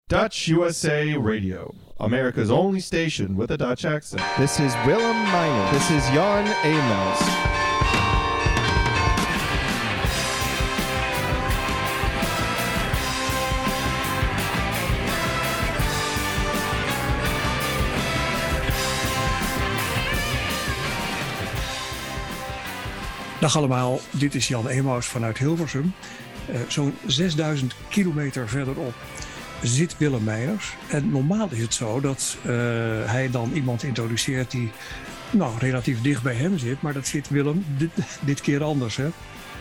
Dutch USA Radio, America's only station with a Dutch accent. This is Willem Minor. This is Jan Emaus. Dag allemaal, dit is Jan Emaus vanuit Hilversum. Zo'n 6000 kilometer verderop zit Willem Meijers. En normaal is het zo dat hij dan iemand introduceert die relatief dicht bij hem zit. Maar dat zit Willem dit keer anders, hè?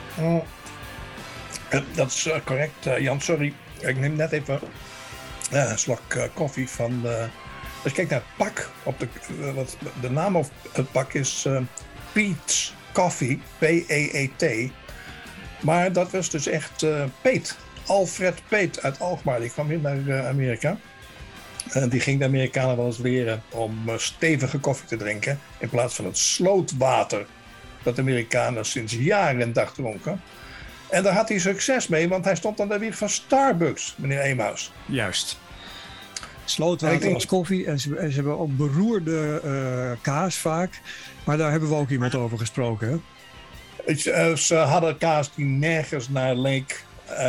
Dat is correct, Jan. Sorry, ik neem net even een slok koffie van... Als je kijkt naar het pak, de naam op het pak is Peet's Coffee, P-E-E-T. Maar dat was dus echt Peet. Alfred Peet uit Alkmaar. Die kwam hier naar Amerika. Die ging de Amerikanen wel eens leren om stevige koffie te drinken. In plaats van het slootwater dat de Amerikanen sinds jaren en dag dronken. En daar had hij succes mee, want hij stond aan de wieg van Starbucks, meneer Emaus. Juist. Slootwater als koffie en ze hebben ook beroerde kaas vaak. Maar daar hebben we ook iemand over gesproken, hè? Ze hadden kaas die nergens naar leek.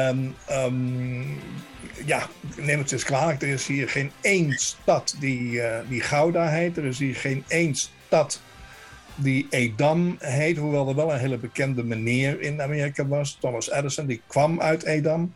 Neem het eens kwalijk. Er is hier geen één stad die Gouda heet. Er is hier geen één stad die Edam heet. Hoewel er wel een hele bekende meneer in Amerika was. Thomas Edison, die kwam uit Edam.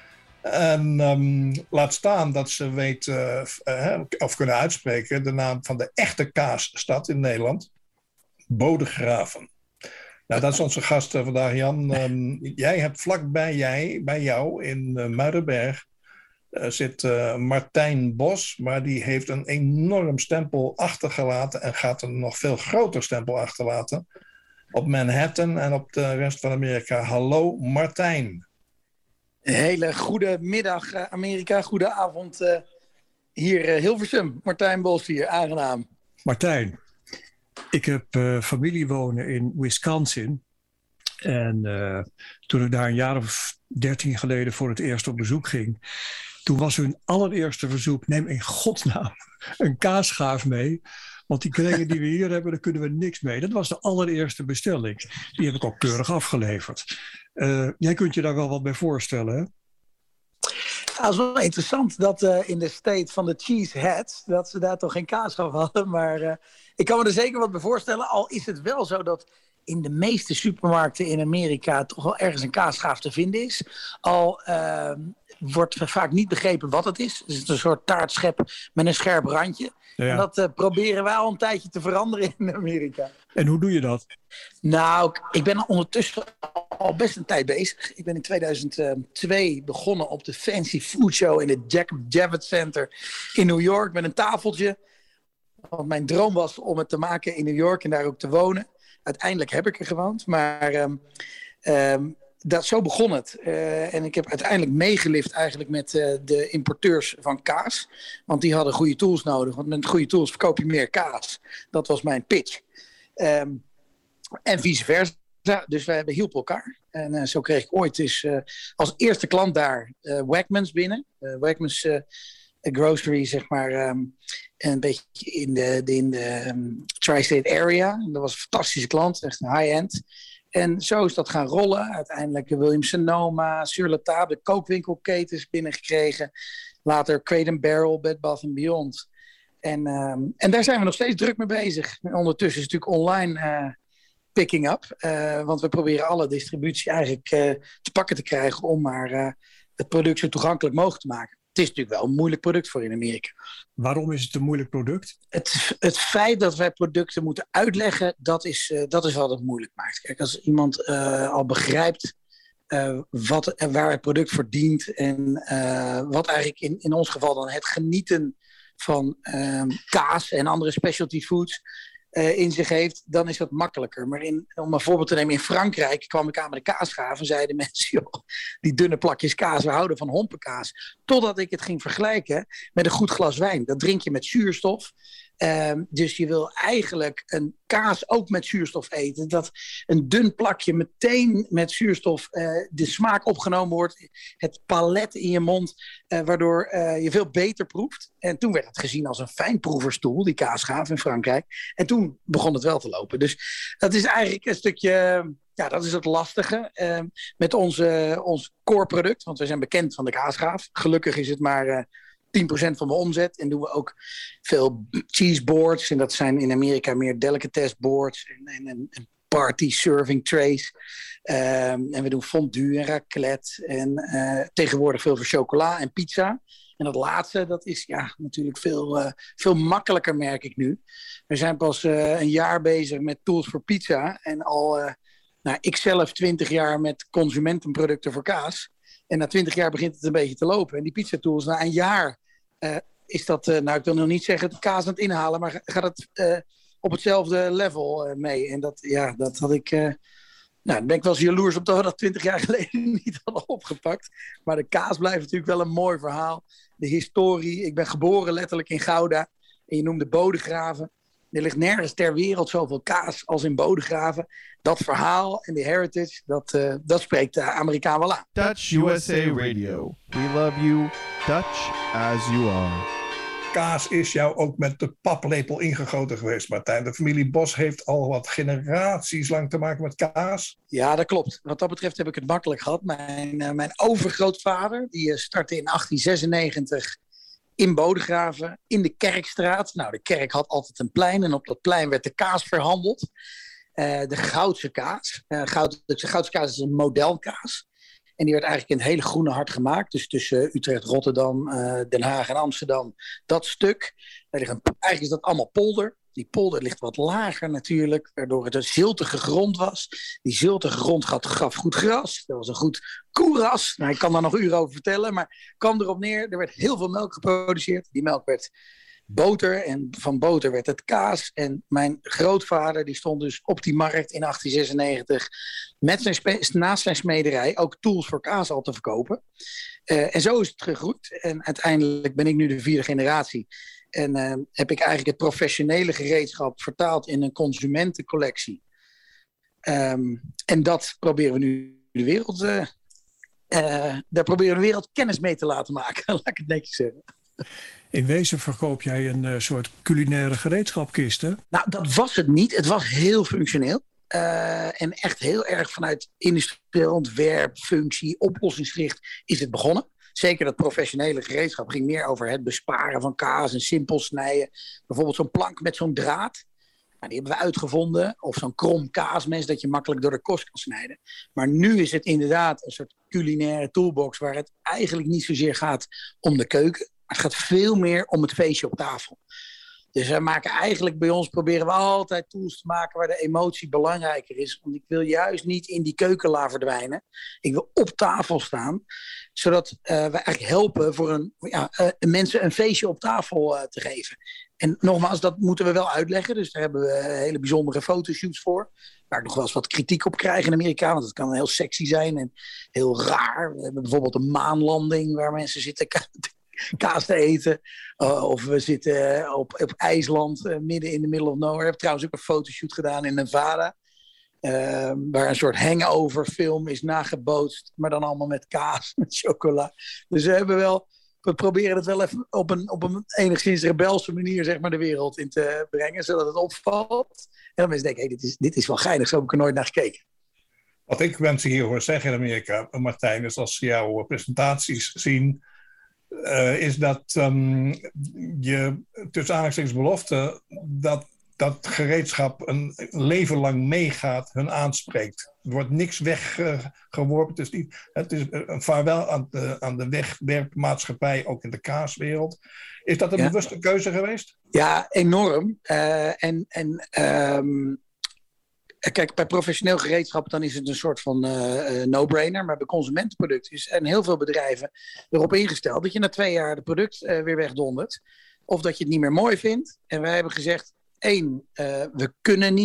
En laat staan dat ze weten of kunnen uitspreken de naam van de echte kaasstad in Nederland. Bodegraven. Nou, dat is onze gast vandaag, Jan. Jij hebt bij jou in Muidenberg zit Martijn Bos. Maar die heeft een enorm stempel achtergelaten en gaat een nog veel groter stempel achterlaten op Manhattan en op de rest van Amerika. Hallo Martijn. Een hele goede middag Amerika, goede avond hier Hilversum. Martijn Bos hier, aangenaam. Martijn, ik heb familie wonen in Wisconsin. En toen ik daar een jaar of 13 geleden voor het eerst op bezoek ging, toen was hun allereerste verzoek: neem in godsnaam een kaasschaaf mee. Want die kringen die we hier hebben, daar kunnen we niks mee. Dat was de allereerste bestelling. Die heb ik ook keurig afgeleverd. Jij kunt je daar wel wat bij voorstellen, hè? Ja, het is wel interessant dat in de state van de cheeseheads, dat ze daar toch geen kaasschaaf hadden. Maar ik kan me er zeker wat bij voorstellen. Al is het wel zo dat in de meeste supermarkten in Amerika toch wel ergens een kaasschaaf te vinden is. Al wordt vaak niet begrepen wat het is. Het is een soort taartschep met een scherp randje. Ja. En dat proberen wij al een tijdje te veranderen in Amerika. En hoe doe je dat? Nou, ik ben ondertussen al best een tijd bezig. Ik ben in 2002 begonnen op de Fancy Food Show in het Jacob Javits Center in New York met een tafeltje. Want mijn droom was om het te maken in New York en daar ook te wonen. Uiteindelijk heb ik er gewoond, maar zo begon het. En ik heb uiteindelijk meegelift eigenlijk met de importeurs van kaas. Want die hadden goede tools nodig. Want met goede tools verkoop je meer kaas. Dat was mijn pitch. En vice versa. Dus we hielpen elkaar. En zo kreeg ik ooit eens als eerste klant daar Wegmans binnen. Wegmans grocery, zeg maar, een beetje in de tri-state area. Dat was een fantastische klant, echt een high-end. En zo is dat gaan rollen. Uiteindelijk Williams-Sonoma, Sur La Table, de kookwinkelketens binnengekregen. Later Crate & Barrel, Bed Bath & Beyond. En daar zijn we nog steeds druk mee bezig. En ondertussen is het natuurlijk online picking up. Want we proberen alle distributie eigenlijk te pakken te krijgen om maar het product zo toegankelijk mogelijk te maken. Het is natuurlijk wel een moeilijk product voor in Amerika. Waarom is het een moeilijk product? Het feit dat wij producten moeten uitleggen, dat is wat het moeilijk maakt. Kijk, als iemand al begrijpt waar het product voor dient en wat eigenlijk in ons geval dan het genieten van kaas en andere specialty foods in zich heeft, dan is dat makkelijker. Maar om een voorbeeld te nemen, in Frankrijk kwam ik aan met de kaasschaaf en zeiden mensen, joh, die dunne plakjes kaas, we houden van hompenkaas. Totdat ik het ging vergelijken met een goed glas wijn. Dat drink je met zuurstof. Dus je wil eigenlijk een kaas ook met zuurstof eten. Dat een dun plakje meteen met zuurstof de smaak opgenomen wordt. Het palet in je mond, waardoor je veel beter proeft. En toen werd het gezien als een fijnproeverstoel, die kaasgaaf in Frankrijk. En toen begon het wel te lopen. Dus dat is eigenlijk een stukje... Ja, dat is het lastige met ons core product. Want we zijn bekend van de kaasgaaf. Gelukkig is het maar 10% van de omzet. En doen we ook veel cheeseboards. En dat zijn in Amerika meer delicatessen boards. En party serving trays. En we doen fondue en raclette. En tegenwoordig veel voor chocola en pizza. En dat laatste, dat is natuurlijk veel makkelijker, merk ik nu. We zijn pas een jaar bezig met tools voor pizza. En al... ik zelf 20 jaar met consumentenproducten voor kaas. En na 20 jaar begint het een beetje te lopen. En die pizzatools, na een jaar is dat... ik wil nog niet zeggen het kaas aan het inhalen... maar gaat het op hetzelfde level mee. En dat had ik... daar ben ik wel eens jaloers op dat we dat 20 jaar geleden niet hadden opgepakt. Maar de kaas blijft natuurlijk wel een mooi verhaal. De historie. Ik ben geboren letterlijk in Gouda. En je noemde Bodegraven. Er ligt nergens ter wereld zoveel kaas als in Bodegraven. Dat verhaal en de heritage, dat spreekt de Amerikaan wel aan. Dutch USA Radio. We love you, Dutch as you are. Kaas is jou ook met de paplepel ingegoten geweest, Martijn. De familie Bos heeft al wat generaties lang te maken met kaas. Ja, dat klopt. Wat dat betreft heb ik het makkelijk gehad. Mijn overgrootvader, die startte in 1896... in Bodegraven, in de Kerkstraat. Nou, de kerk had altijd een plein en op dat plein werd de kaas verhandeld. De Goudse kaas. Goudse kaas is een modelkaas. En die werd eigenlijk in het hele groene hart gemaakt. Dus tussen Utrecht, Rotterdam, Den Haag en Amsterdam. Dat stuk. Eigenlijk is dat allemaal polder. Die polder ligt wat lager natuurlijk, waardoor het een ziltige grond was. Die ziltige grond gaf goed gras. Dat was een goed koeras. Nou, ik kan daar nog uren over vertellen, maar kwam erop neer. Er werd heel veel melk geproduceerd. Die melk werd boter en van boter werd het kaas. En mijn grootvader die stond dus op die markt in 1896 met naast zijn smederij ook tools voor kaas al te verkopen. En zo is het gegroeid. En uiteindelijk ben ik nu de 4e generatie. En heb ik eigenlijk het professionele gereedschap vertaald in een consumentencollectie. En dat proberen we nu de wereld... daar proberen we de wereld kennis mee te laten maken. Laat ik het netjes zeggen. In wezen verkoop jij een soort culinaire gereedschapkist, hè? Nou, dat was het niet. Het was heel functioneel. En echt heel erg vanuit industrieel ontwerp, functie, oplossingsgericht is het begonnen. Zeker dat professionele gereedschap ging meer over het besparen van kaas en simpel snijden. Bijvoorbeeld zo'n plank met zo'n draad. Nou, die hebben we uitgevonden. Of zo'n krom kaasmes dat je makkelijk door de korst kan snijden. Maar nu is het inderdaad een soort culinaire toolbox waar het eigenlijk niet zozeer gaat om de keuken. Maar het gaat veel meer om het feestje op tafel. Dus wij maken eigenlijk bij ons, proberen we altijd tools te maken waar de emotie belangrijker is. Want ik wil juist niet in die keukenla verdwijnen. Ik wil op tafel staan, zodat we eigenlijk helpen voor mensen een feestje op tafel te geven. En nogmaals, dat moeten we wel uitleggen. Dus daar hebben we hele bijzondere fotoshoots voor. Waar ik nog wel eens wat kritiek op krijg in Amerika. Want het kan heel sexy zijn en heel raar. We hebben bijvoorbeeld een maanlanding waar mensen zitten kaas te eten. Of we zitten op IJsland, midden in de middle of nowhere. Ik heb trouwens ook een fotoshoot gedaan in Nevada. Waar een soort hangover film is nagebootst. Maar dan allemaal met kaas, met chocola. Dus we proberen het wel even op een enigszins rebelse manier zeg maar, de wereld in te brengen. Zodat het opvalt. En dan mensen denken, hey, dit is wel geinig. Zo heb ik er nooit naar gekeken. Wat ik mensen hier hoor zeggen in Amerika, Martijn, is als ze jouw presentaties zien... is dat je tussen aanhalingstekens belofte dat gereedschap een leven lang meegaat, hun aanspreekt. Er wordt niks weggeworpen. Het is een vaarwel aan de wegwerpmaatschappij, ook in de kaaswereld. Is dat een bewuste keuze geweest? Ja, enorm. Kijk, bij professioneel gereedschap dan is het een soort van no-brainer. Maar bij consumentenproducten zijn heel veel bedrijven erop ingesteld dat je na 2 jaar het product weer wegdondert. Of dat je het niet meer mooi vindt. En wij hebben gezegd, 1, we kunnen niet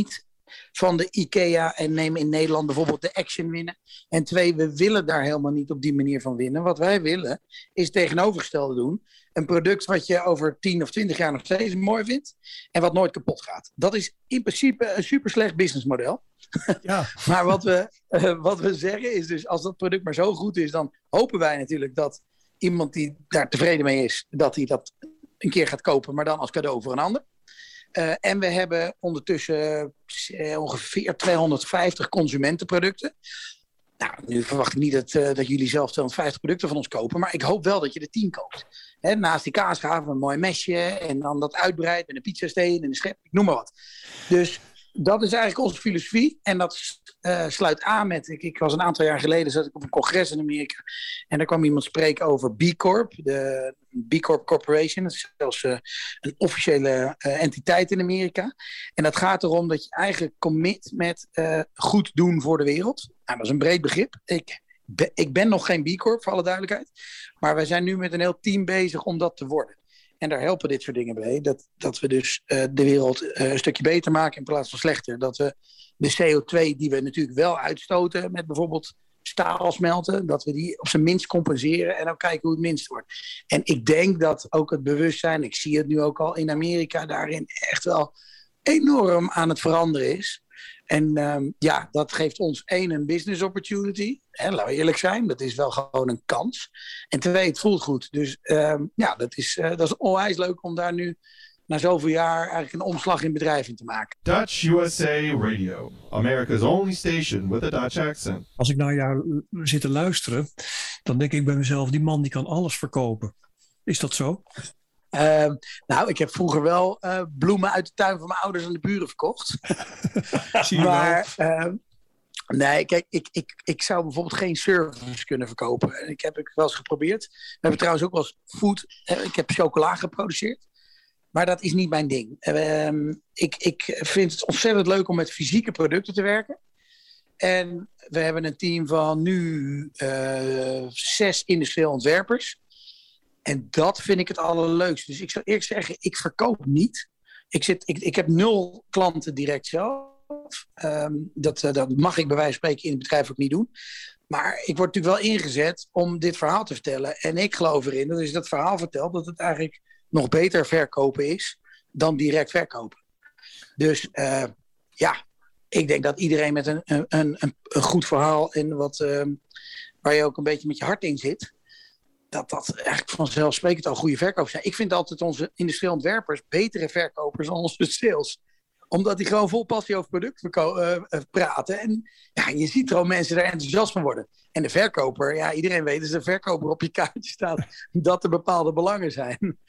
van de IKEA en neem in Nederland bijvoorbeeld de Action winnen. En 2, we willen daar helemaal niet op die manier van winnen. Wat wij willen is het tegenovergestelde doen. Een product wat je over 10 of 20 jaar nog steeds mooi vindt en wat nooit kapot gaat. Dat is in principe een super slecht businessmodel. Ja. Maar wat we zeggen is dus, als dat product maar zo goed is, dan hopen wij natuurlijk dat iemand die daar tevreden mee is, dat hij dat een keer gaat kopen, maar dan als cadeau voor een ander. En we hebben ondertussen ongeveer 250 consumentenproducten. Nou, nu verwacht ik niet dat jullie zelf 250 producten van ons kopen, maar ik hoop wel dat je er 10 koopt. Naast die kaasgaven een mooi mesje en dan dat uitbreidt met een pizzasteen en een schep, ik noem maar wat. Dus dat is eigenlijk onze filosofie en dat sluit aan met, ik was een aantal jaar geleden, zat ik op een congres in Amerika en daar kwam iemand spreken over B Corp, de B Corp Corporation, dat is zelfs een officiële entiteit in Amerika. En dat gaat erom dat je eigenlijk commit met goed doen voor de wereld. Nou, dat is een breed begrip. Ik ben nog geen B Corp, voor alle duidelijkheid, maar wij zijn nu met een heel team bezig om dat te worden. En daar helpen dit soort dingen bij. Dat we dus de wereld een stukje beter maken in plaats van slechter. Dat we de CO2 die we natuurlijk wel uitstoten met bijvoorbeeld staal smelten, dat we die op zijn minst compenseren en dan kijken hoe het minst wordt. En ik denk dat ook het bewustzijn, ik zie het nu ook al in Amerika, daarin echt wel enorm aan het veranderen is. En dat geeft ons een business opportunity. Laten we eerlijk zijn, dat is wel gewoon een kans. En 2, het voelt goed. Dus dat is onwijs leuk om daar nu na zoveel jaar eigenlijk een omslag in bedrijf in te maken. Dutch USA Radio, America's only station with a Dutch accent. Als ik naar jou zit te luisteren, dan denk ik bij mezelf, die man die kan alles verkopen. Is dat zo? Ik heb vroeger wel bloemen uit de tuin van mijn ouders aan de buren verkocht. Zie je maar nee, kijk, ik zou bijvoorbeeld geen service kunnen verkopen. Ik heb wel eens geprobeerd. We hebben trouwens ook wel eens food. Ik heb chocola geproduceerd. Maar dat is niet mijn ding. Ik vind het ontzettend leuk om met fysieke producten te werken. En we hebben een team van nu 6 industrieel ontwerpers. En dat vind ik het allerleukste. Dus ik zou eerlijk zeggen, ik verkoop niet. Ik heb 0 klanten direct zelf. Dat mag ik bij wijze van spreken in het bedrijf ook niet doen. Maar ik word natuurlijk wel ingezet om dit verhaal te vertellen. En ik geloof erin dat als je dat verhaal vertelt, dat het eigenlijk nog beter verkopen is dan direct verkopen. Dus ik denk dat iedereen met een goed verhaal en waar je ook een beetje met je hart in zit, dat eigenlijk vanzelfsprekend al goede verkopers zijn. Ik vind altijd onze industrieel ontwerpers betere verkopers dan onze sales. Omdat die gewoon vol passie over producten praten. En je ziet er al mensen daar enthousiast van worden. En de verkoper, iedereen weet dat de verkoper op je kaartje staat dat er bepaalde belangen zijn.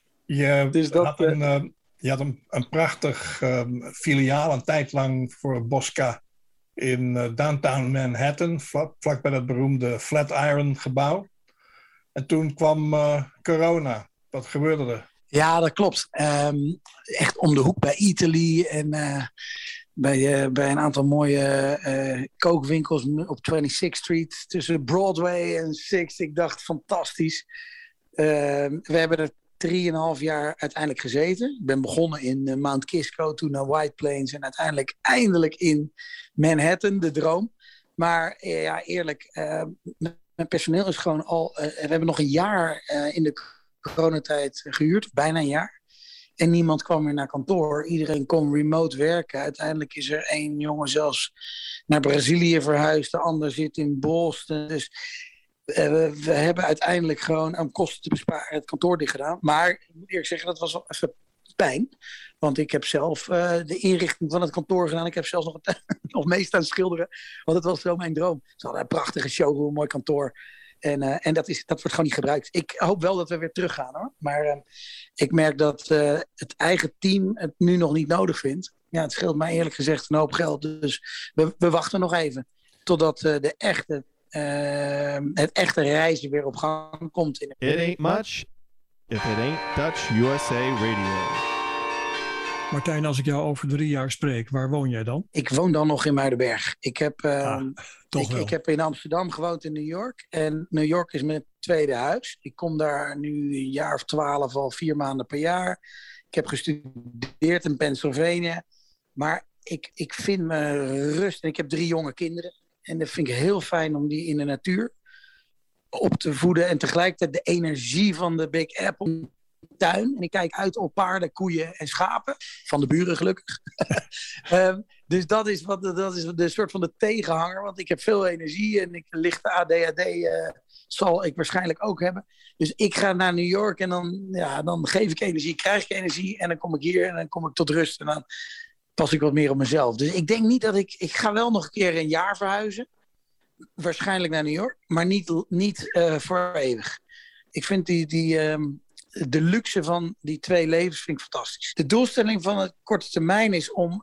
Je had een prachtig filiaal een tijd lang voor Bosca in downtown Manhattan, vlak bij dat beroemde Flatiron gebouw. En toen kwam corona. Wat gebeurde er? Ja, dat klopt. Echt om de hoek bij Italy en bij een aantal mooie kookwinkels op 26th Street tussen Broadway en 6th. Ik dacht, fantastisch. We hebben er 3,5 jaar uiteindelijk gezeten. Ik ben begonnen in Mount Kisco, toen naar White Plains en eindelijk in Manhattan, de droom. Maar eerlijk, mijn personeel is gewoon al... we hebben nog een jaar in de coronatijd gehuurd, bijna een jaar. En niemand kwam meer naar kantoor. Iedereen kon remote werken. Uiteindelijk is er 1 jongen zelfs naar Brazilië verhuisd. De ander zit in Boston. Dus we hebben uiteindelijk gewoon om kosten te besparen het kantoor dicht gedaan. Maar ik moet eerlijk zeggen, dat was wel even pijn. Want ik heb zelf de inrichting van het kantoor gedaan. Ik heb zelfs nog mee staan schilderen. Want het was zo mijn droom. Ze hadden een prachtige showroom, een mooi kantoor. En dat wordt gewoon niet gebruikt. Ik hoop wel dat we weer teruggaan hoor. Maar ik merk dat het eigen team het nu nog niet nodig vindt. Ja, het scheelt mij eerlijk gezegd een hoop geld. Dus we wachten nog even. Totdat het echte reizen weer op gang komt. It ain't much if it ain't Dutch USA Radio. Martijn, als ik jou over 3 jaar spreek, waar woon jij dan? Ik woon dan nog in Muidenberg. Ik heb in Amsterdam gewoond in New York. En New York is mijn tweede huis. Ik kom daar nu een jaar of 12, al 4 maanden per jaar. Ik heb gestudeerd in Pennsylvania. Maar ik vind me rust. En ik heb 3 jonge kinderen. En dat vind ik heel fijn om die in de natuur op te voeden. En tegelijkertijd de energie van de Big Apple tuin. En ik kijk uit op paarden, koeien en schapen. Van de buren gelukkig. Dus dat is de soort van de tegenhanger. Want ik heb veel energie en lichte ADHD zal ik waarschijnlijk ook hebben. Dus ik ga naar New York en dan geef ik energie, krijg ik energie. En dan kom ik hier en dan kom ik tot rust. En dan pas ik wat meer op mezelf. Dus ik denk niet dat ik ga wel nog een keer een jaar verhuizen. Waarschijnlijk naar New York. Maar niet voor eeuwig. Ik vind de luxe van die 2 levens vind ik fantastisch. De doelstelling van het korte termijn is om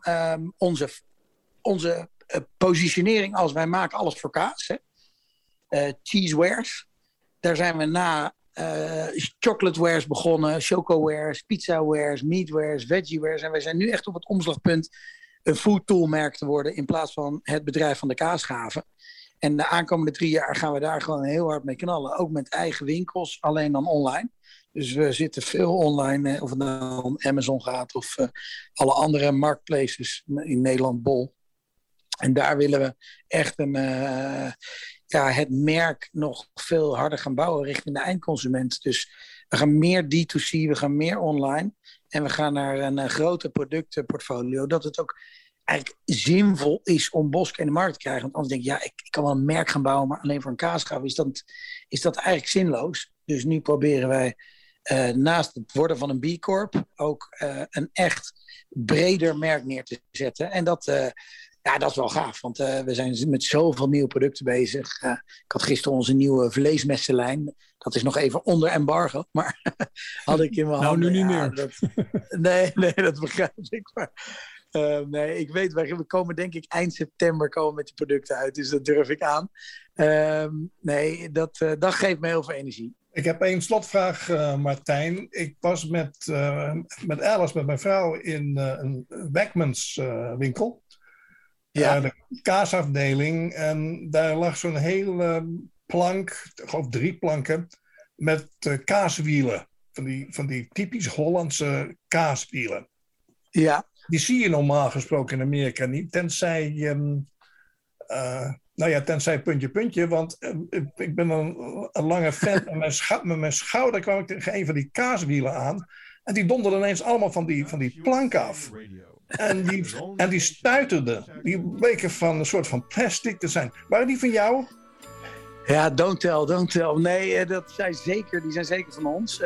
onze positionering als wij maken alles voor kaas. Cheesewares. Daar zijn we na chocolatewares begonnen, chocowares, pizzawares, meatwares, veggiewares. En wij zijn nu echt op het omslagpunt een food toolmerk te worden in plaats van het bedrijf van de kaasgaven. En de aankomende 3 jaar gaan we daar gewoon heel hard mee knallen. Ook met eigen winkels, alleen dan online. Dus we zitten veel online, of het nou om Amazon gaat of alle andere marketplaces in Nederland, Bol. En daar willen we echt het merk nog veel harder gaan bouwen richting de eindconsument. Dus we gaan meer D2C, we gaan meer online. En we gaan naar een groter productenportfolio. Dat het ook eigenlijk zinvol is om Bosk in de markt te krijgen. Want anders denk je, ik kan wel een merk gaan bouwen, maar alleen voor een kaasgave is dat eigenlijk zinloos. Dus nu proberen wij naast het worden van een B Corp ook een echt breder merk neer te zetten. En dat is wel gaaf, want we zijn met zoveel nieuwe producten bezig. Ik had gisteren onze nieuwe vleesmessenlijn. Dat is nog even onder embargo, maar had ik in mijn handen. Nou, nu niet meer. Nee, dat begrijp ik. Maar, ik weet, we komen denk ik eind september met die producten uit. Dus dat durf ik aan. Dat geeft me heel veel energie. Ik heb 1 slotvraag, Martijn. Ik was met Alice, met mijn vrouw, in een Wegmans winkel. Ja. De kaasafdeling. En daar lag zo'n hele plank, ik geloof 3 planken, met kaaswielen. Van die typisch Hollandse kaaswielen. Ja. Die zie je normaal gesproken in Amerika niet. Tenzij puntje. Want ik ben een lange fan. En met mijn schouder kwam ik tegen een van die kaaswielen aan. En die donderden ineens allemaal van die plank af. En die stuiterden. Die bleken van een soort van plastic te zijn. Waren die van jou? Ja, don't tell. Nee, die zijn zeker van ons.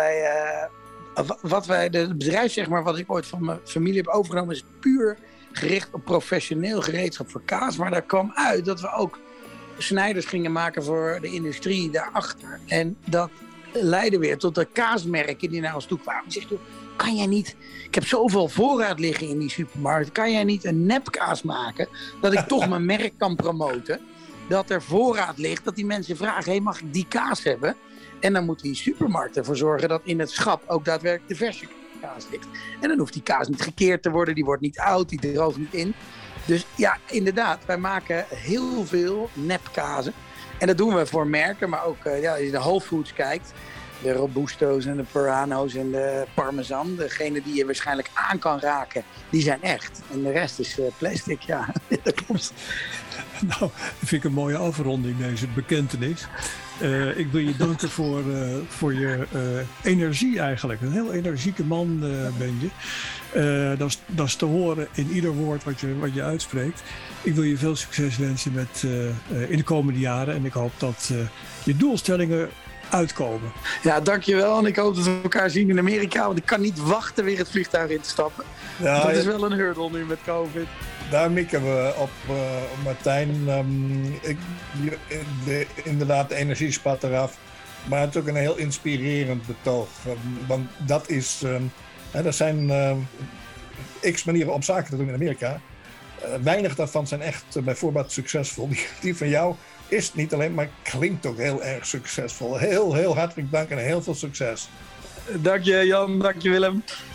Het bedrijf, zeg maar, wat ik ooit van mijn familie heb overgenomen, is puur gericht op professioneel gereedschap voor kaas. Maar daar kwam uit dat we ook snijders gingen maken voor de industrie daarachter. En dat leidde weer tot de kaasmerken die naar ons toe kwamen. Ik zeg, kan jij niet, ik heb zoveel voorraad liggen in die supermarkt, kan jij niet een nepkaas maken, dat ik toch mijn merk kan promoten? Dat er voorraad ligt, dat die mensen vragen, hey, mag ik die kaas hebben? En dan moeten die supermarkten ervoor zorgen dat in het schap ook daadwerkelijk de verse kaas ligt. En dan hoeft die kaas niet gekeerd te worden, die wordt niet oud, die droogt niet in. Dus ja, inderdaad, wij maken heel veel nepkazen. En dat doen we voor merken, maar ook als je naar Whole Foods kijkt, de Robusto's en de Parano's en de Parmesan, degene die je waarschijnlijk aan kan raken, die zijn echt. En de rest is plastic, ja, dat klopt. Nou, dat vind ik een mooie afronding, deze bekentenis. Ik wil je danken voor je energie eigenlijk. Een heel energieke man ben je. Dat is te horen in ieder woord wat je uitspreekt. Ik wil je veel succes wensen in de komende jaren. En ik hoop dat je doelstellingen uitkomen. Ja, dankjewel. En ik hoop dat we elkaar zien in Amerika. Want ik kan niet wachten weer het vliegtuig in te stappen. Ja, dat is wel een hurdle nu met COVID. Daar mikken we op, Martijn. Inderdaad, de energie spat eraf. Maar het is ook een heel inspirerend betoog. Want dat is... er zijn x manieren om zaken te doen in Amerika. Weinig daarvan zijn echt bij voorbaat succesvol. Die van jou is niet alleen, maar klinkt ook heel erg succesvol. Heel, heel hartelijk dank en heel veel succes. Dank je, Jan. Dank je, Willem.